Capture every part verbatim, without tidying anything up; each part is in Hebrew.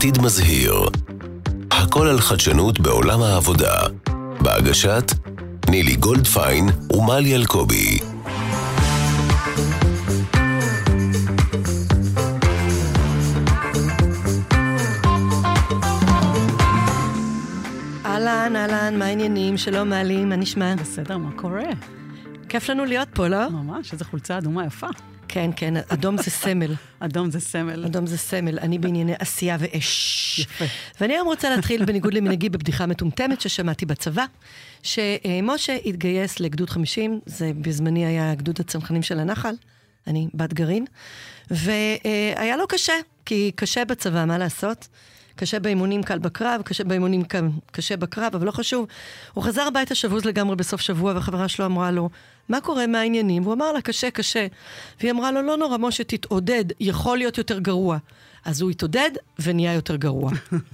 עתיד מזהיר. הכל על חדשנות בעולם העבודה. בהגשת נילי גולדפיין ומלי אלקובי. אהלן, אהלן, מה העניינים? שלום מלי, מה נשמע? בסדר, מה קורה? כיף לנו להיות פה, לא? ממש, איזו חולצה אדומה יפה. כן, כן, אדום זה סמל. אדום זה סמל. אדום זה סמל, אני בענייני עשייה ואש. יפה. ואני היום רוצה להתחיל בניגוד למנהגי בבדיחה מטומטמת ששמעתי בצבא, שמשה התגייס לגדוד חמישים, זה בזמני היה גדוד הצנחנים של הנחל, אני בת גרעין, והיה לו קשה, כי קשה בצבא, מה לעשות? קשה באימונים, קל בקרב, קשה באימונים, קשה בקרב, אבל לא חשוב. הוא חזר הביתה שבוז לגמרי בסוף שבוע, והחברה שלו אמרה לו, מה קורה, מה העניינים? והוא אמר לה, קשה, קשה. והיא אמרה לו, לא נורא, משה, תתעודד, יכול להיות יותר גרוע. אז הוא התעודד ונהיה יותר גרוע.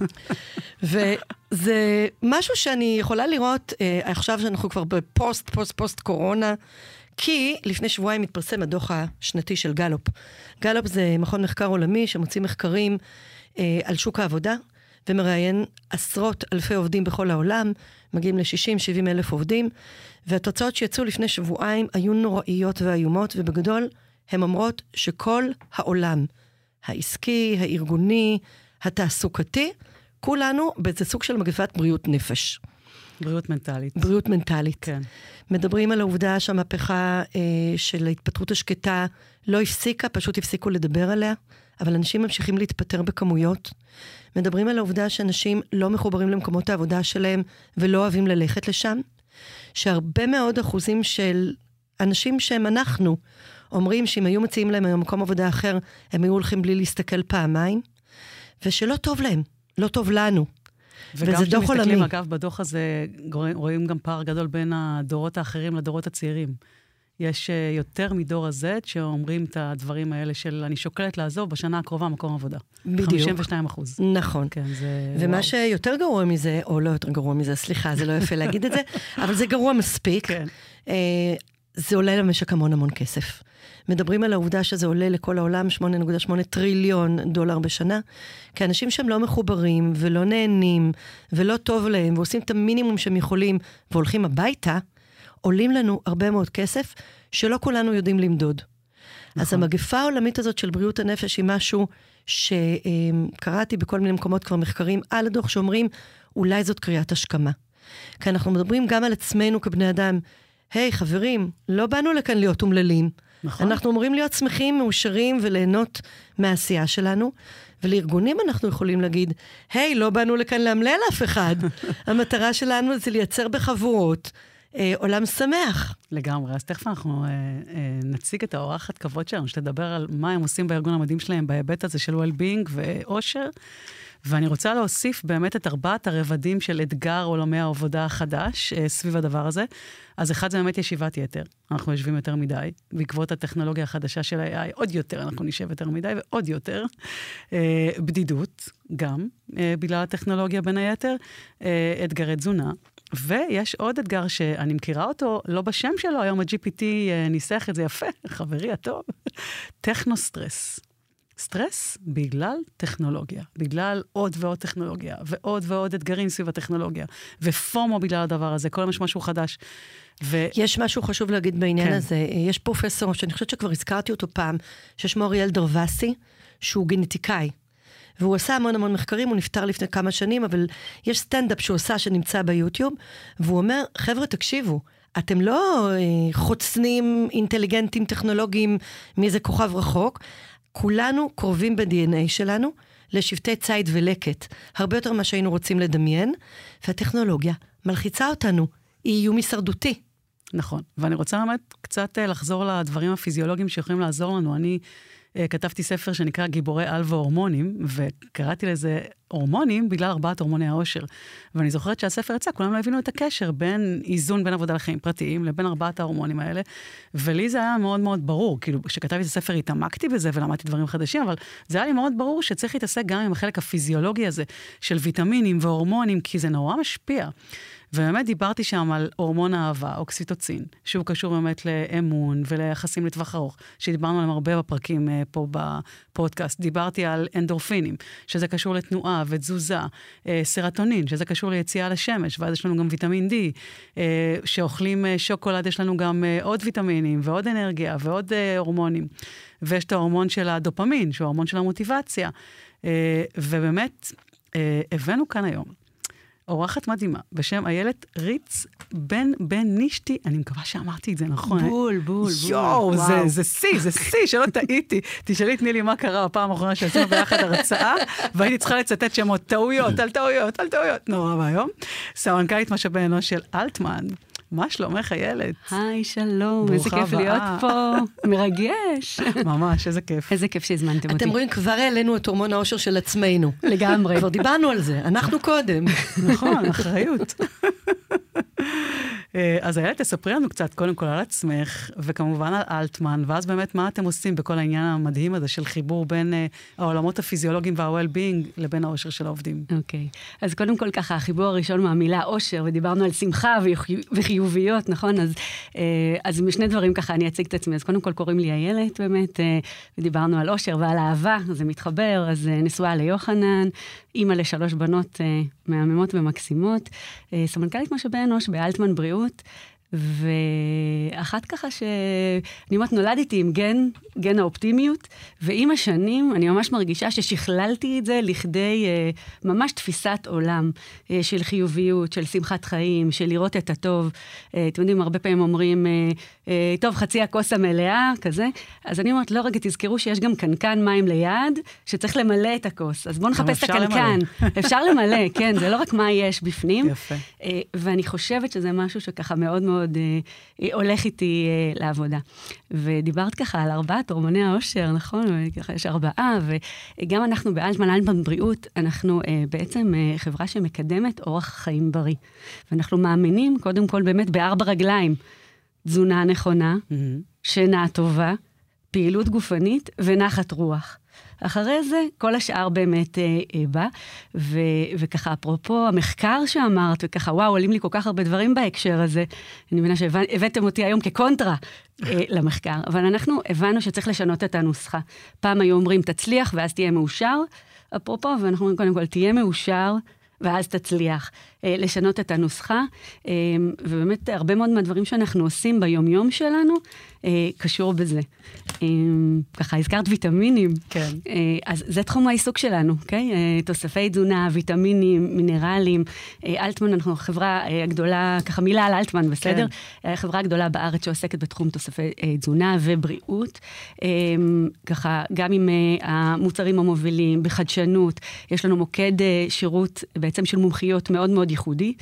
וזה משהו שאני יכולה לראות, אה, עכשיו שאנחנו כבר בפוסט, פוסט, פוסט קורונה, כי לפני שבועיים מתפרסם הדוח השנתי של גלופ. גלופ זה מכון מחקר עולמי שמוציא מחקרים אה, על שוק העבודה, ומראיין עשרות אלפי עובדים בכל העולם, מגיעים ל-שישים שבעים אלף עובדים, והתוצאות שיצאו לפני שבועיים היו נוראיות ואיומות, ובגדול הן אומרות שכל העולם, העסקי, הארגוני, התעסוקתי, כולנו באיזה סוג של מגפת בריאות נפש. בריאות מנטלית. בריאות מנטלית. כן. מדברים על העובדה שהמהפכה אה, של ההתפטרות השקטה לא הפסיקה, פשוט הפסיקו לדבר עליה, אבל אנשים ממשיכים להתפטר בכמויות. מדברים על העובדה שאנשים לא מחוברים למקומות העבודה שלהם ולא אוהבים ללכת לשם. שהרבה מאוד אחוזים של אנשים שהם אנחנו, אומרים שאם היו מציעים להם היום מקום עבודה אחר, הם היו הולכים בלי להסתכל פעמיים, ושלא טוב להם, לא טוב לנו. וגם כשמסתכלים, אגב, בדוח הזה, רואים גם פער גדול בין הדורות האחרים לדורות הצעירים. יש יותר מדור הזה שאומרים את הדברים האלה של אני שוקלת לעזוב בשנה הקרובה מקום עבודה. בדיוק. חמישים ושניים אחוז. נכון. כן, זה... ומה וואו. שיותר גרוע מזה, או לא יותר גרוע מזה, סליחה, זה לא יפה להגיד את זה, אבל זה גרוע מספיק. כן. אה, זה עולה למשק המון המון כסף. מדברים על העובדה שזה עולה לכל העולם שמונה נקודה שמונה טריליון דולר בשנה, כי אנשים שהם לא מחוברים ולא נהנים ולא טוב להם, ועושים את המינימום שהם יכולים והולכים הביתה, עולים לנו הרבה מאוד כסף שלא כולנו יודעים למדוד. נכון. אז המגפה העולמית הזאת של בריאות הנפש היא משהו שקראתי בכל מיני מקומות כבר מחקרים על הדוח שאומרים, אולי זאת קריאת השכמה. כי אנחנו מדברים גם על עצמנו כבני אדם, היי חברים, לא באנו לכאן להיות אומללים, נכון. אנחנו אמורים להיות שמחים, מאושרים וליהנות מהעשייה שלנו, ולארגונים אנחנו יכולים להגיד, היי, לא באנו לכאן להמלל אף אחד. המטרה שלנו זה לייצר בחבורות אה, עולם שמח. לגמרי, אז תכף אנחנו אה, אה, נציג את האורחת כבוד שלנו, שתדבר על מה הם עושים בארגון המדהים שלהם, בהיבט הזה של well-being ואושר, ואני רוצה להוסיף באמת את ארבעת הרבדים של אתגר עולמי העבודה החדש אה, סביב הדבר הזה. אז אחד זה באמת ישיבת יתר. אנחנו יושבים יותר מדי, בעקבות הטכנולוגיה החדשה של ה-איי איי, עוד יותר אנחנו נשב יותר מדי, ועוד יותר. אה, בדידות, גם, אה, בגלל הטכנולוגיה בין היתר, אה, אתגרי תזונה. ויש עוד אתגר שאני מכירה אותו, לא בשם שלו, היום ה-ג'י פי טי אה, ניסח את זה יפה, חברי הטוב, טכנוסטרס. סטרס בגלל טכנולוגיה, בגלל עוד ועוד טכנולוגיה, ועוד ועוד אתגרים סביב הטכנולוגיה, ופומו בגלל הדבר הזה, כל משהו חדש. ו... יש משהו חשוב להגיד בעניין כן. הזה, יש פרופסור, שאני חושבת שכבר הזכרתי אותו פעם, ששמו אריאל דרווסי, שהוא גנטיקאי, והוא עשה המון המון מחקרים, הוא נפטר לפני כמה שנים, אבל יש סטנדאפ שהוא עושה שנמצא ביוטיוב, והוא אומר, חבר'ה תקשיבו, אתם לא אה, חוצנים אינטליגנטים טכנולוגיים מאיזה כוכב רחוק, כולנו קרובים ב-די אן איי שלנו לשבטי ציד ולקט, הרבה יותר ממה שהיינו רוצים לדמיין, והטכנולוגיה מלחיצה אותנו, היא איום הישרדותי. נכון, ואני רוצה באמת קצת לחזור לדברים הפיזיולוגיים שיכולים לעזור לנו. אני uh, כתבתי ספר שנקרא גיבורי על והורמונים, וקראתי לזה הורמונים בגלל ארבעת הורמוני האושר. ואני זוכרת שהספר יצא, כולם לא הבינו את הקשר בין איזון בין עבודה לחיים פרטיים, לבין ארבעת ההורמונים האלה, ולי זה היה מאוד מאוד ברור, כאילו כשכתבתי את הספר התעמקתי בזה ולמדתי דברים חדשים, אבל זה היה לי מאוד ברור שצריך להתעסק גם עם החלק הפיזיולוגי הזה, של ויטמינים והורמונים, כי זה נורא משפיע. ובאמת דיברתי שם על הורמון האהבה, אוקסיטוצין, שהוא קשור באמת לאמון וליחסים לטווח ארוך, שדיברנו עליהם הרבה בפרקים פה בפודקאסט. דיברתי על אנדורפינים, שזה קשור לתנועה שינה ותזוזה, סרטונין, שזה קשור ליציאה לשמש, ואז יש לנו גם ויטמין D, שאוכלים שוקולד, יש לנו גם עוד ויטמינים, ועוד אנרגיה, ועוד הורמונים. ויש את ההורמון של הדופמין, שהוא ההורמון של המוטיבציה. ובאמת, הבאנו כאן היום אורחת מדהימה, בשם איילת ריץ בן בן נישתי, אני מקווה שאמרתי את זה נכון. בול, בול, בול. יואו, זה, זה סי, זה סי, שלא טעיתי. תשאלי, תני לי מה קרה בפעם האחרונה שעשינו ביחד הרצאה, והייתי צריכה לצטט שמות, טעויות, על טעויות, על טעויות. נורא והיום. סמנכ"לית משאבי אנוש של אלטמן. מה שלומך, איילת? היי, שלום, איזה כיף להיות פה, מרגש. ממש, איזה כיף. איזה כיף שהזמנתם אותי. אתם רואים, כבר העלינו את הורמון האושר של עצמנו. לגמרי. כבר דיברנו על זה, אנחנו קודם. נכון, אחריות. אז איילת, תספרי לנו קצת, קודם כל על עצמך, וכמובן על אלטמן, ואז באמת מה אתם עושים בכל העניין המדהים הזה של חיבור בין העולמות הפיזיולוגיים וה-well-being לבין האושר של העובדים. אוקיי. אז קודם כל ככה, החיבור הראשון מהמילה אושר, ודיברנו על שמחה וחיוביות, נכון? אז, אז משני דברים ככה אני אציג את עצמי. אז קודם כל קוראים לי איילת, באמת, ודיברנו על אושר ועל אהבה, זה מתחבר, אז נשואה ליוחנן, אימא לשלוש בנות מהממות ומקסימות, סמנכ"לית משאבי אנוש באלטמן בריאות, ואחת ככה שאני אומרת, נולדתי עם גן, גן האופטימיות, ועם השנים אני ממש מרגישה ששכללתי את זה לכדי uh, ממש תפיסת עולם uh, של חיוביות, של שמחת חיים, של לראות את הטוב. Uh, אתם יודעים, הרבה פעמים אומרים, uh, uh, טוב, חצי הכוס המלאה, כזה. אז אני אומרת, לא רגע, תזכרו שיש גם קנקן מים ליד, שצריך למלא את הכוס. אז בואו נחפש את הקנקן. אפשר למלא, כן, זה לא רק מה יש בפנים. יפה. Uh, ואני חושבת שזה משהו שככה מאוד מאוד Uh, הולך איתי uh, לעבודה. ודיברת ככה על ארבעת הורמוני האושר, נכון? ככה יש ארבעה, וגם אנחנו באלטמן, אלטמן בריאות, אנחנו uh, בעצם uh, חברה שמקדמת אורח חיים בריא. ואנחנו מאמינים, קודם כל באמת בארבע רגליים, תזונה נכונה, mm-hmm. שינה טובה, פעילות גופנית ונחת רוח. אחרי זה, כל השאר באמת אה, אה, בא, ו, וככה, אפרופו המחקר שאמרת, וככה, וואו, עולים לי כל כך הרבה דברים בהקשר הזה, אני מבינה שהבאתם אותי היום כקונטרה אה, למחקר, אבל אנחנו הבנו שצריך לשנות את הנוסחה. פעם היו אומרים, תצליח, ואז תהיה מאושר, אפרופו, ואנחנו אומרים, קודם כל, תהיה מאושר, ואז תצליח אה, לשנות את הנוסחה, אה, ובאמת הרבה מאוד מהדברים שאנחנו עושים ביום-יום שלנו, אה, קשור בזה. אה, ככה, הזכרת ויטמינים. כן. אה, אז זה תחום העיסוק שלנו, אוקיי? אה, תוספי תזונה, ויטמינים, מינרלים. אה, אלטמן, אנחנו חברה אה, הגדולה, ככה מילה על אלטמן, בסדר? כן. אה, חברה הגדולה בארץ שעוסקת בתחום תוספי אה, תזונה ובריאות. אה, ככה, גם עם אה, המוצרים המובילים, בחדשנות, יש לנו מוקד אה, שירות בעצם של מומחיות מאוד מאוד ייחודי,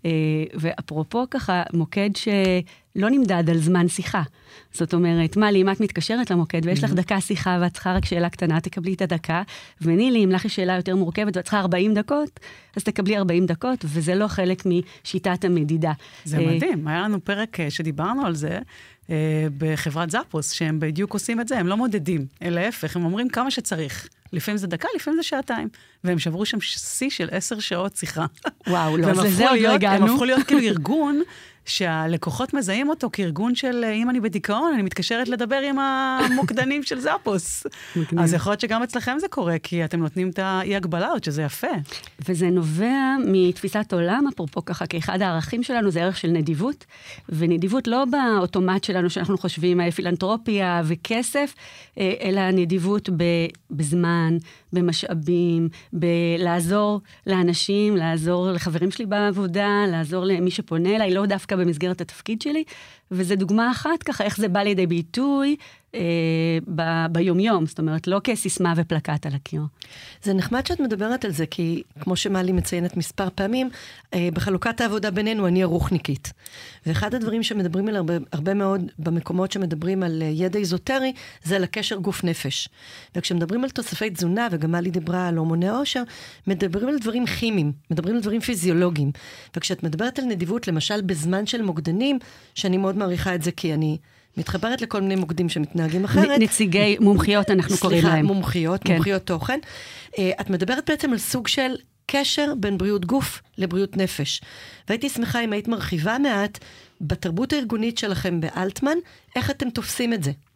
ואפרופו ככה, מוקד שלא נמדד על זמן שיחה. זאת אומרת, מה לי, אם את מתקשרת למוקד, ויש לך דקה שיחה, ואת צריכה רק שאלה קטנה, תקבלי את הדקה, ונילי, אם לך יש שאלה יותר מורכבת, ואת צריכה ארבעים דקות, אז תקבלי ארבעים דקות, וזה לא חלק משיטת המדידה. זה מדהים, היה לנו פרק שדיברנו על זה, בחברת זאפוס, שהם בדיוק עושים את זה, הם לא מודדים, אלא להפך, הם אומרים כמה שצריך. לפעמים זה דקה, לפעמים זה שעתיים. והם שברו שם שיא של עשר שעות שיחה. וואו, לא, אז לזה עוד לא הגענו. הם הפכו להיות כאילו ארגון, שהלקוחות מזהים אותו כארגון של, אם אני בדיכאון, אני מתקשרת לדבר עם המוקדנים של זאפוס. אז יכול להיות שגם אצלכם זה קורה, כי אתם נותנים את האי-הגבלה עוד, שזה יפה. וזה נובע מתפיסת עולם, אפרופו ככה, כאחד הערכים שלנו זה ערך של נדיבות, ונדיבות לא באוטומט שלנו, שאנחנו חושבים פילנטרופיה וכסף, אלא נדיבות בזמן, במשאבים, בלעזור לאנשים, לעזור לחברים שלי בעבודה, לעזור למי שפונה אליי, לא דווקא במסגרת התפקיד שלי, וזו דוגמה אחת ככה, איך זה בא לידי ביטוי אה, ב- ביומיום, זאת אומרת, לא כסיסמה ופלקט על הקיר. זה נחמד שאת מדברת על זה, כי כמו שמלי מציינת מספר פעמים, אה, בחלוקת העבודה בינינו אני הרוחניקית. ואחד הדברים שמדברים על הרבה, הרבה מאוד במקומות שמדברים על ידע איזוטרי, זה על הקשר גוף נפש. וכשמדברים על תוספי תזונה, וגם מלי דיברה על הורמוני עושר, מדברים על דברים כימיים, מדברים על דברים פיזיולוגיים. וכשאת מדברת על נדיבות, למשל בזמן של מוקדנים, שאני מאוד מעריכה את זה, כי אני מתחברת לכל מיני מוקדים שמתנהגים אחרת. נציגי מומחיות אנחנו קוראים להם. סליחה, מומחיות, מומחיות תוכן. את מדברת בעצם על סוג של קשר בין בריאות גוף לבריאות נפש. והייתי שמחה אם היית מרחיבה מעט בתרבות הארגונית שלכם באלטמן, איך אתם תופסים את זה?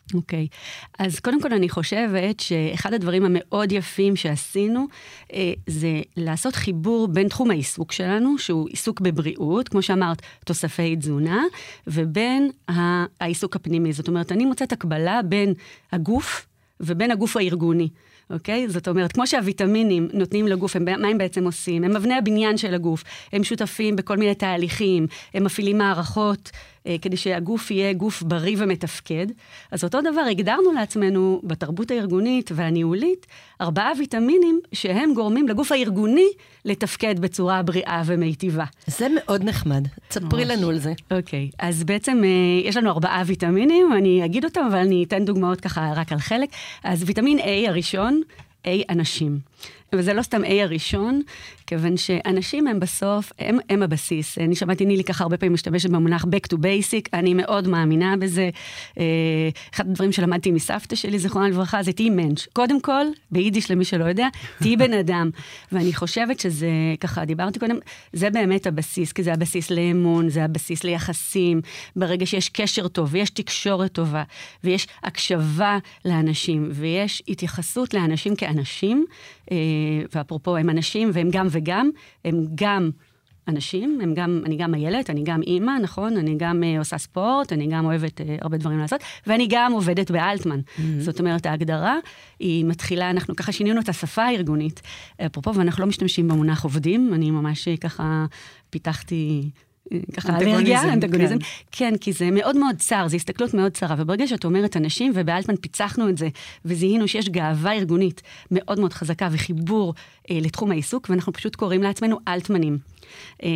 אוקיי, אז קודם כל אני חושבת שאחד הדברים המאוד יפים שעשינו, אה, זה לעשות חיבור בין תחום העיסוק שלנו, שהוא עיסוק בבריאות, כמו שאמרת, תוספי תזונה, ובין העיסוק הפנימי. זאת אומרת, אני מוצאת הקבלה בין הגוף ובין הגוף הארגוני. אוקיי? זאת אומרת, כמו שהוויטמינים נותנים לגוף, הם, מה הם בעצם עושים? הם מבני הבניין של הגוף, הם שותפים בכל מיני תהליכים, הם מפעילים מערכות, אה, כדי שהגוף יהיה גוף בריא ומתפקד. אז אותו דבר, הגדרנו לעצמנו בתרבות הארגונית והניהולית, ארבעה ויטמינים שהם גורמים לגוף הארגוני לתפקד בצורה בריאה ומיטיבה. זה מאוד נחמד. תספרי לנו על זה. אוקיי, אז בעצם אה, יש לנו ארבעה ויטמינים, אני אגיד אותם, אבל אני אתן דוגמאות ככה רק על חלק. אז ויטמין A הראשון, A אנשים. וזה לא סתם A הראשון, כיוון שאנשים הם בסוף, הם, הם הבסיס. אני שמעתי נילי ככה הרבה פעמים משתמשת במונח back to basic, אני מאוד מאמינה בזה. אחד הדברים שלמדתי מסבתא שלי, זיכרונה לברכה, זה תהי מנש. קודם כל, ביידיש למי שלא יודע, תהי בן אדם. ואני חושבת שזה, ככה דיברתי קודם, זה באמת הבסיס, כי זה הבסיס לאמון, זה הבסיס ליחסים, ברגע שיש קשר טוב, ויש תקשורת טובה, ויש הקשבה לאנשים, ויש התייחסות לאנשים כאנשים, ואפרופו הם אנשים והם גם וגם, הם גם אנשים, הם גם, אני גם הילד, אני גם אימא, נכון? אני גם uh, עושה ספורט, אני גם אוהבת uh, הרבה דברים לעשות, ואני גם עובדת באלטמן. Mm-hmm. זאת אומרת, ההגדרה היא מתחילה, אנחנו ככה שינינו את השפה הארגונית, אפרופו, ואנחנו לא משתמשים במונח עובדים, אני ממש ככה פיתחתי ככה אלרגיה, אנטגוניזם. כן, כי זה מאוד מאוד צר, זו הסתכלות מאוד צרה, וברגע שאת אומרת אנשים, ובאלטמן פיצחנו את זה, וזיהינו שיש גאווה ארגונית מאוד מאוד חזקה, וחיבור אה, לתחום העיסוק, ואנחנו פשוט קוראים לעצמנו אלטמנים. אה,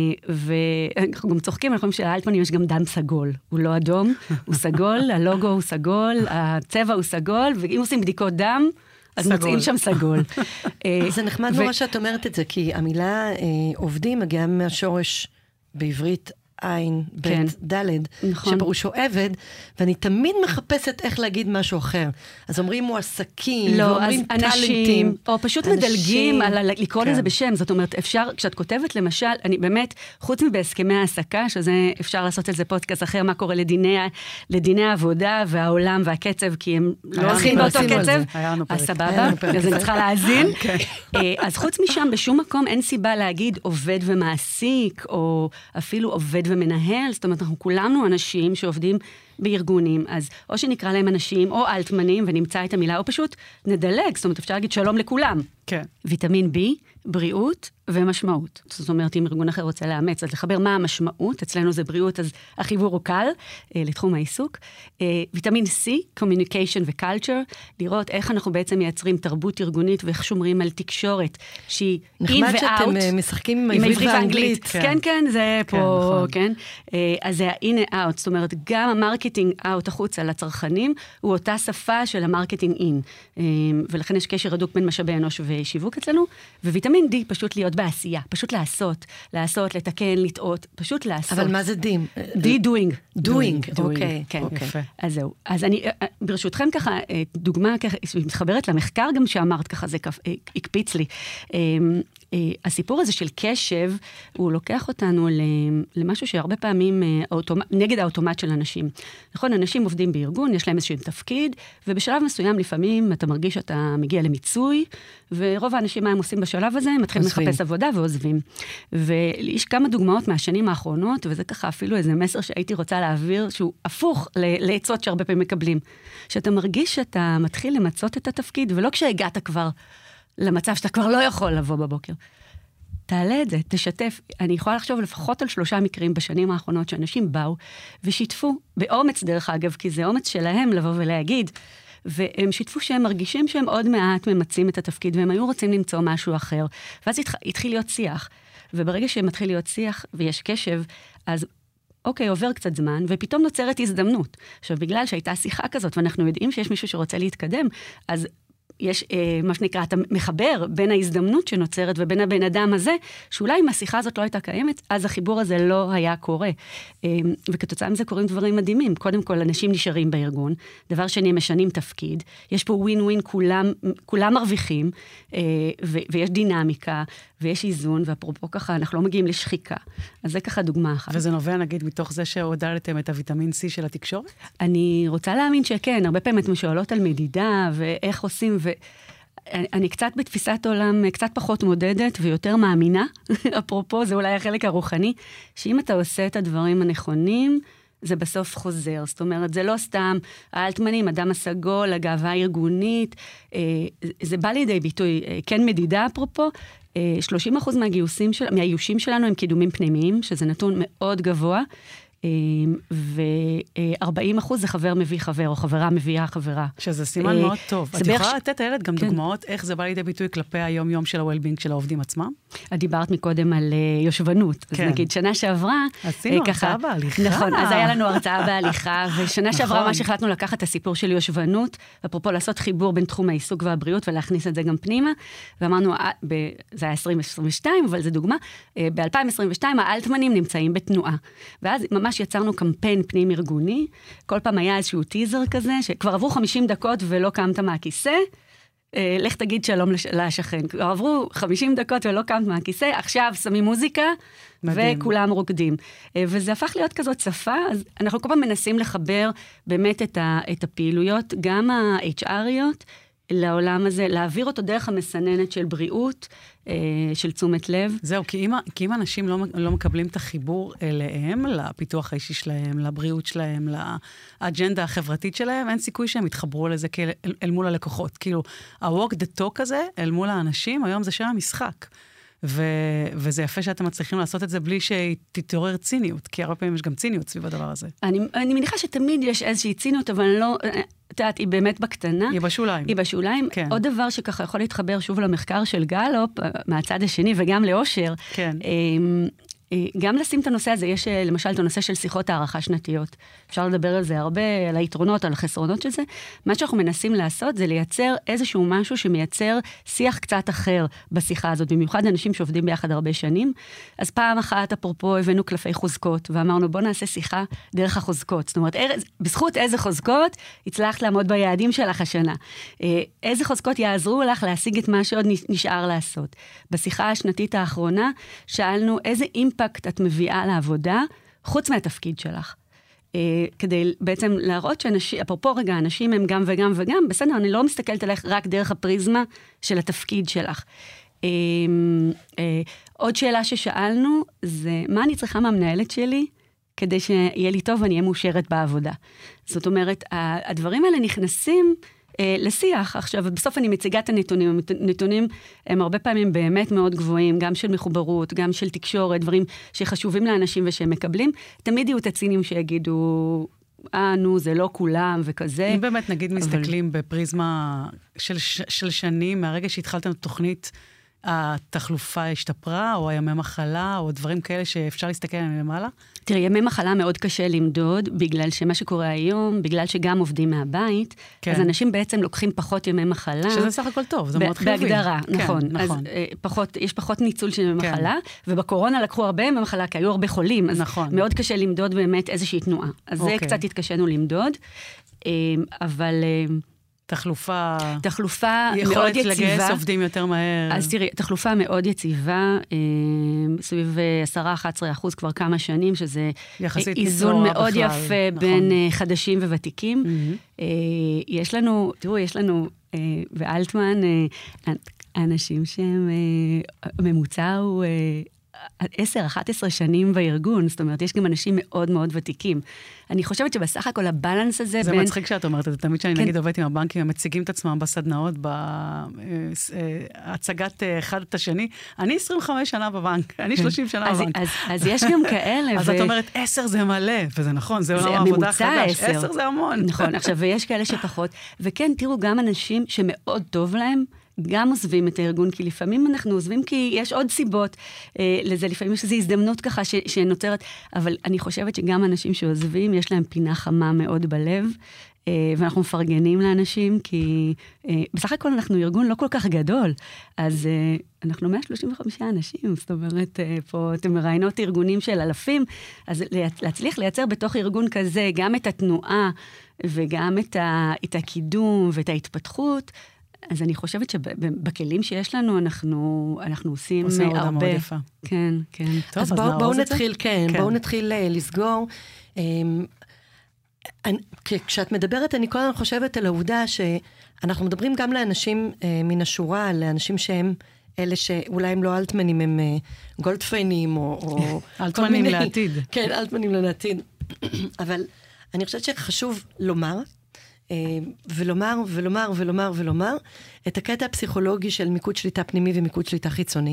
ואנחנו גם צוחקים, אנחנו חושבים שלאלטמנים יש גם דם סגול. הוא לא אדום, הוא סגול, הלוגו הוא סגול, הצבע הוא סגול, ואם עושים בדיקות דם, אז מוצאים שם סגול. זה נחמד נורא שאת אומרת את זה, כי המילה עובדים מגיעה מהשורש בעברית עין, בית, דלת, שפירושו עבד, ואני תמיד מחפשת איך להגיד משהו אחר. אז אומרים מועסקים, ואומרים טלנטים. או פשוט מדלגים על לקרוא לזה בשם. זאת אומרת, אפשר, כשאת כותבת למשל, אני באמת, חוץ מבהסכמי העסקה, שזה אפשר לעשות על זה פודקאסט אחר, מה קורה לדיני העבודה והעולם והקצב, כי הם לא הולכים באותו קצב. אז סבבה, אז אני צריכה להאזין. אז חוץ משם, בשום מקום אין סיבה להגיד עובד ומעסיק, או אפילו עובד ומנהל, זאת אומרת, אנחנו כולנו אנשים שעובדים בארגונים, אז או שנקרא להם אנשים, או אלטמנים, ונמצא את המילה, או פשוט נדלג, זאת אומרת, אפשר להגיד שלום לכולם. כן. ויטמין B, בריאות ומשמעות. זאת אומרת, אם ארגון אחר רוצה לאמץ, אז לחבר מה המשמעות, אצלנו זה בריאות, אז החיבור הוא קל, אה, לתחום העיסוק. אה, ויטמין C, communication ו-culture, לראות איך אנחנו בעצם מייצרים תרבות ארגונית, ואיך שומרים על תקשורת, שהיא in ו-out. נחמד שאתם משחקים עם העברית והאנגלית. כן, כן, זה פה, כן. אה, אז זה ה-in ו-out, זאת אומרת, גם המרקטינג out החוצה לצרכנים, הוא אותה שפה של המרקטינג in. אה, ולכן יש קשר הדוק בין משאבי אנוש ושיווק אצלנו, וויטמין D פשוט להיות בעשייה, פשוט לעשות, לעשות, לתקן, לטעות, פשוט לעשות. אבל מה זה דים? D, doing. doing, אוקיי. כן, אז זהו. אז אני, ברשותכם ככה, דוגמה ככה, מתחברת למחקר גם שאמרת ככה, זה הקפיץ לי. הסיפור הזה של קשב, הוא לוקח אותנו למשהו שהרבה פעמים נגד האוטומט של אנשים. נכון, אנשים עובדים בארגון, יש להם איזשהו תפקיד, ובשלב מסוים לפעמים אתה מרגיש שאתה מגיע למיצוי, ורוב האנשים מה הם עושים בשלב הזה, הם מתחילים לחפש עבודה ועוזבים. ויש כמה דוגמאות מהשנים האחרונות, וזה ככה אפילו איזה מסר שהייתי רוצה להעביר, שהוא הפוך לעצות שהרבה פעמים מקבלים. שאתה מרגיש שאתה מתחיל למצות את התפקיד, ולא כשהגעת כבר למצב שאתה כבר לא יכול לבוא בבוקר. תעלה את זה, תשתף. אני יכולה לחשוב לפחות על שלושה מקרים בשנים האחרונות שאנשים באו ושיתפו, באומץ דרך אגב, כי זה אומץ שלהם לבוא ולהגיד, והם שיתפו שהם מרגישים שהם עוד מעט ממצים את התפקיד, והם היו רוצים למצוא משהו אחר. ואז התחיל להיות שיח. וברגע שמתחיל להיות שיח ויש קשב, אז אוקיי, עובר קצת זמן, ופתאום נוצרת הזדמנות. עכשיו, בגלל שהייתה שיחה כזאת, ואנחנו יודעים שיש מישהו שרוצה להתקדם, אז יש מה שנקרא, אתה מחבר בין ההזדמנות שנוצרת ובין הבן אדם הזה, שאולי אם השיחה הזאת לא הייתה קיימת, אז החיבור הזה לא היה קורה. וכתוצאה מזה קורים דברים מדהימים. קודם כל, אנשים נשארים בארגון, דבר שני, הם משנים תפקיד, יש פה ווין ווין, כולם, כולם מרוויחים, ויש דינמיקה, ויש איזון, ואפרופו ככה, אנחנו לא מגיעים לשחיקה. אז זה ככה דוגמה אחת. וזה נובע, נגיד, מתוך זה שהודלתם את הוויטמין C של התקשורת? אני רוצה להאמין שכן, הרבה פעמים את משואלות על מדידה, ואיך עושים, ואני קצת בתפיסת עולם, קצת פחות מודדת, ויותר מאמינה, אפרופו, זה אולי החלק הרוחני, שאם אתה עושה את הדברים הנכונים, זה בסוף חוזר. זאת אומרת, זה לא סתם האלטמנים, אדם הסגול, הגאווה הארגונית, זה בא לידי ביטוי, כן מדידה אפרופו, שלושים אחוז מהגיוסים של, מהאיושים שלנו הם קידומים פנימיים, שזה נתון מאוד גבוה, ו-ארבעים אחוז זה חבר מביא חבר, או חברה מביאה חברה. שזה סימן מאוד טוב. את יכולה לתת הילד גם דוגמאות, איך זה בא לידי ביטוי כלפי היום-יום של ה-well-being של העובדים עצמם? את דיברת מקודם על יושבנות. אז נגיד, שנה שעברה... עשינו הרצאה בהליכה. נכון, אז היה לנו הרצאה בהליכה, ושנה שעברה ממש החלטנו לקחת את הסיפור של יושבנות, אפרופו לעשות חיבור בין תחום העיסוק והבריאות, ולהכניס את זה גם פנימה, ואמרנו, זה היה עשרים עשרים ושתיים, אבל זה דוגמה, ב-אלפיים עשרים ושתיים האלטמנים נמצאים בתנועה. ואז ממש יצרנו קמפיין פנים ארגוני, כל פעם היה איזשהו טיזר כזה, שכבר עברו חמישים דקות ולא קמת מהכיסא, אה, לך תגיד שלום לש... לשכן. כבר עברו חמישים דקות ולא קמת מהכיסא, עכשיו שמים מוזיקה, מדהים. וכולם רוקדים. אה, וזה הפך להיות כזאת שפה, אז אנחנו כל פעם מנסים לחבר באמת את, ה... את הפעילויות, גם ה-אייץ' אריות, לעולם הזה, להעביר אותו דרך המסננת של בריאות, של תשומת לב. זהו, כי אם, כי אם אנשים לא, לא מקבלים את החיבור אליהם, לפיתוח האישי שלהם, לבריאות שלהם, לאג'נדה החברתית שלהם, אין סיכוי שהם יתחברו לזה אל, אל מול הלקוחות. כאילו, ה-walk the talk הזה, אל מול האנשים, היום זה שם המשחק. ו, וזה יפה שאתם מצליחים לעשות את זה בלי שתתעורר ציניות, כי הרבה פעמים יש גם ציניות סביב הדבר הזה. אני, אני מניחה שתמיד יש איזושהי ציניות, אבל אני לא... את יודעת, היא באמת בקטנה. היא בשוליים. היא בשוליים. כן. עוד דבר שככה יכול להתחבר שוב למחקר של גלופ, מהצד השני, וגם לאושר. כן. גם לשים את הנושא הזה, יש למשל את הנושא של שיחות הערכה שנתיות. אפשר לדבר על זה הרבה, על היתרונות, על החסרונות של זה. מה שאנחנו מנסים לעשות זה לייצר איזשהו משהו שמייצר שיח קצת אחר בשיחה הזאת, במיוחד אנשים שעובדים ביחד הרבה שנים. אז פעם אחת, אפרופו, הבאנו קלפי חוזקות, ואמרנו, בוא נעשה שיחה דרך החוזקות. זאת אומרת, בזכות איזה חוזקות הצלחת לעמוד ביעדים שלך השנה. איזה חוזקות יעזרו לך להשיג את מה שעוד נשאר לעשות. בשיחה השנתית האחרונה, שאלנו איזה אימפקט את מביאה לעבודה, חוץ מהתפקיד שלך. אה, כדי בעצם להראות שאנשים, אפרופו רגע, אנשים הם גם וגם וגם, בסדר, אני לא מסתכלת עליך רק דרך הפריזמה של התפקיד שלך. אה, אה, עוד שאלה ששאלנו, זה מה אני צריכה מהמנהלת שלי, כדי שיהיה לי טוב ואני אהיה מאושרת בעבודה. זאת אומרת, הדברים האלה נכנסים לשיח. עכשיו, בסוף אני מציגה את הנתונים, הנתונים הם הרבה פעמים באמת מאוד גבוהים, גם של מחוברות, גם של תקשורת, דברים שחשובים לאנשים ושהם מקבלים, תמיד יהיו את הצינים שיגידו, אה, נו, זה לא כולם וכזה. אם באמת נגיד אבל... מסתכלים בפריזמה של, של שנים, מהרגע שהתחלתם תוכנית, התחלופה השתפרה, או הימי מחלה, או דברים כאלה שאפשר להסתכל עליהם למעלה? תראי, ימי מחלה מאוד קשה למדוד, בגלל שמה שקורה היום, בגלל שגם עובדים מהבית, כן. אז אנשים בעצם לוקחים פחות ימי מחלה. שזה סך הכל טוב, זה מאוד חיובי. בהגדרה, כן, נכון. נכון. אז פחות, יש פחות ניצול של ימי כן. מחלה, ובקורונה לקחו הרבה ימי מחלה, כי היו הרבה חולים, אז נכון. מאוד קשה למדוד באמת איזושהי תנועה. אז אוקיי. זה קצת התקשנו למדוד, אבל... תחלופה... תחלופה מאוד יציבה. יכולת לגייס עובדים יותר מהר. אז תראי, תחלופה מאוד יציבה, סביב עשרה עד אחת עשרה אחוז כבר כמה שנים, שזה איזון מאוד יפה בין חדשים וותיקים. יש לנו, תראו, יש לנו באלטמן אנשים שהם, הממוצע הוא... עשר, אחת עשרה שנים בארגון, זאת אומרת, יש גם אנשים מאוד מאוד ותיקים. אני חושבת שבסך הכל הבלנס הזה זה בין... זה מצחיק שאת אומרת, זה תמיד שאני כן. נגיד עובדת עם הבנקים, הם מציגים את עצמם בסדנאות, בהצגת אחד את השני. אני עשרים וחמש שנה בבנק, אני שלושים שנה אז, בבנק. אז, אז יש גם כאלה. אז ו... את אומרת, עשר זה מלא, וזה נכון, זה עולם העבודה חדש. עשר זה המון. נכון, עכשיו, ויש כאלה שפחות. וכן, תראו, גם אנשים שמאוד טוב להם, גם עוזבים את הארגון, כי לפעמים אנחנו עוזבים, כי יש עוד סיבות אה, לזה, לפעמים יש איזו הזדמנות ככה ש, שנוצרת, אבל אני חושבת שגם אנשים שעוזבים, יש להם פינה חמה מאוד בלב, ואנחנו מפרגנים לאנשים, כי בסך הכל אנחנו ארגון לא כל כך גדול, אז אנחנו מאה שלושים וחמישה אנשים, זאת אומרת, פה אתם מראיינות ארגונים של אלפים, אז להצליח לייצר בתוך ארגון כזה גם את התנועה, וגם את, ה, את הקידום ואת ההתפתחות, אז אני חושבת שבכלים שיש לנו, אנחנו, אנחנו עושים, עושים הרבה. הרבה. מאוד יפה. כן, כן. טוב, אז, אז בואו בוא נתחיל, כן, כן. בואו נתחיל לסגור. אני, כשאת מדברת, אני כל הזמן חושבת על העובדה שאנחנו מדברים גם לאנשים מן השורה, לאנשים שהם אלה שאולי הם לא אלטמנים, הם גולדפיינים, או... אלטמנים לעתיד. כן, אלטמנים לעתיד. אבל אני חושבת שחשוב לומר, ולומר, ולומר, ולומר, ולומר, את הקטע הפסיכולוגי של מיקוד שליטה פנימי ומיקוד שליטה חיצוני.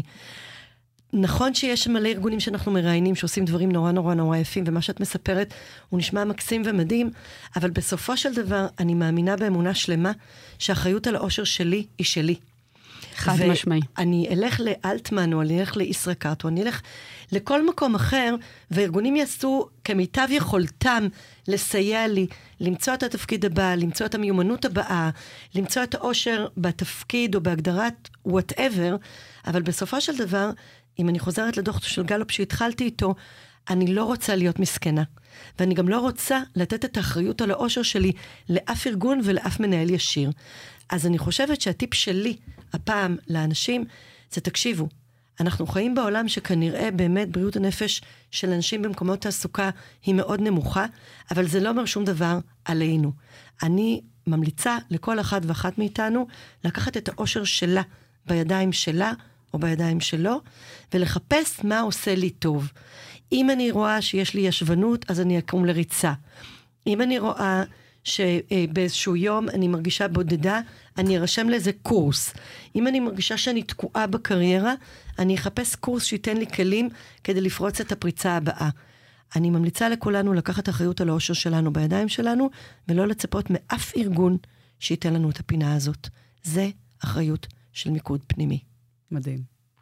נכון שיש מלא ארגונים שאנחנו מראיינים, שעושים דברים נורא נורא נורא יפים, ומה שאת מספרת הוא נשמע מקסים ומדהים, אבל בסופו של דבר אני מאמינה באמונה שלמה, שהאחריות על האושר שלי היא שלי. חד משמעי. אני אלך לאלטמן, או אני אלך לישרקארט, או אני אלך לכל מקום אחר, וארגונים יעשו כמיטב יכולתם לסייע לי, למצוא את התפקיד הבא, למצוא את המיומנות הבאה, למצוא את האושר בתפקיד או בהגדרת whatever, אבל בסופו של דבר, אם אני חוזרת לדוח של גלופ שהתחלתי איתו, אני לא רוצה להיות מסכנה. ואני גם לא רוצה לתת את האחריות על האושר שלי לאף ארגון ולאף מנהל ישיר. אז אני חושבת שהטיפ שלי, הפעם לאנשים, זה תקשיבו, אנחנו חיים בעולם שכנראה באמת בריאות הנפש של אנשים במקומות תעסוקה היא מאוד נמוכה, אבל זה לא אומר שום דבר עלינו. אני ממליצה לכל אחד ואחת מאיתנו לקחת את האושר שלה בידיים שלה או בידיים שלו, ולחפש מה עושה לי טוב. אם אני רואה שיש לי ישבנות, אז אני אקום לריצה. אם אני רואה שבאיזשהו יום אני מרגישה בודדה, אני ארשם לאיזה קורס. אם אני מרגישה שאני תקועה בקריירה, אני אחפש קורס שייתן לי כלים כדי לפרוץ את הפריצה הבאה. אני ממליצה לכולנו לקחת אחריות על האושר שלנו בידיים שלנו, ולא לצפות מאף ארגון שייתן לנו את הפינה הזאת. זה אחריות של מיקוד פנימי. מדהים.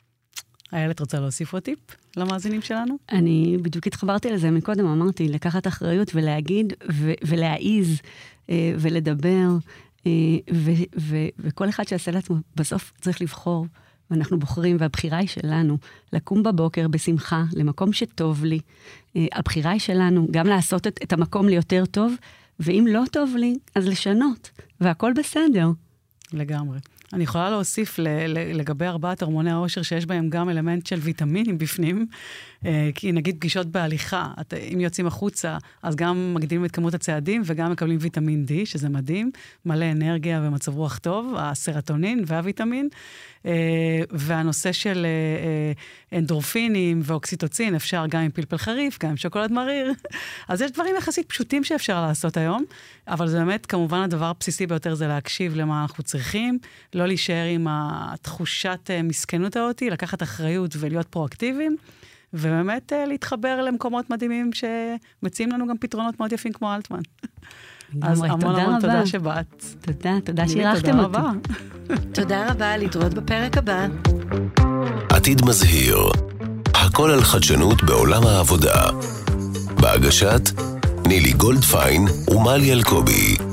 איילת רוצה להוסיף עוד טיפ למאזינים שלנו? אני בדיוק התחברתי לזה מקודם, אמרתי, לקחת אחריות ולהגיד ו- ולהעיז אה, ולדבר, אה, ו- ו- וכל אחד שעשה לעצמו, בסוף צריך לבחור, ואנחנו בוחרים, והבחירה היא שלנו, לקום בבוקר בשמחה, למקום שטוב לי. אה, הבחירה היא שלנו, גם לעשות את, את המקום ליותר טוב, ואם לא טוב לי, אז לשנות, והכל בסדר. לגמרי. אני יכולה להוסיף לגבי ארבעת הורמוני האושר שיש בהם גם אלמנט של ויטמינים בפנים, כי נגיד פגישות בהליכה, אם יוצאים החוצה, אז גם מגדילים את כמות הצעדים וגם מקבלים ויטמין D, שזה מדהים, מלא אנרגיה ומצב רוח טוב, הסרטונין והוויטמין, והנושא של אנדורפינים ואוקסיטוצין, אפשר גם עם פלפל חריף, גם עם שוקולד מריר, אז יש דברים יחסית פשוטים שאפשר לעשות היום, אבל זה באמת, כמובן, הדבר הבסיסי ביותר זה להקשיב למה אנחנו צריכים, לא להישאר עם התחושת מסכנות האותי, לקחת אחריות ולהיות פרואקטיביים, ובאמת להתחבר למקומות מדהימים שמציעים לנו גם פתרונות מאוד יפים כמו אלטמן. אז המון המון תודה שבאת. תודה, תודה שאירחתם אותי. תודה רבה, להתראות בפרק הבא. עתיד מזהיר, הכל על חדשנות בעולם העבודה. בהגשת נילי גולדפיין ומלי אלקובי.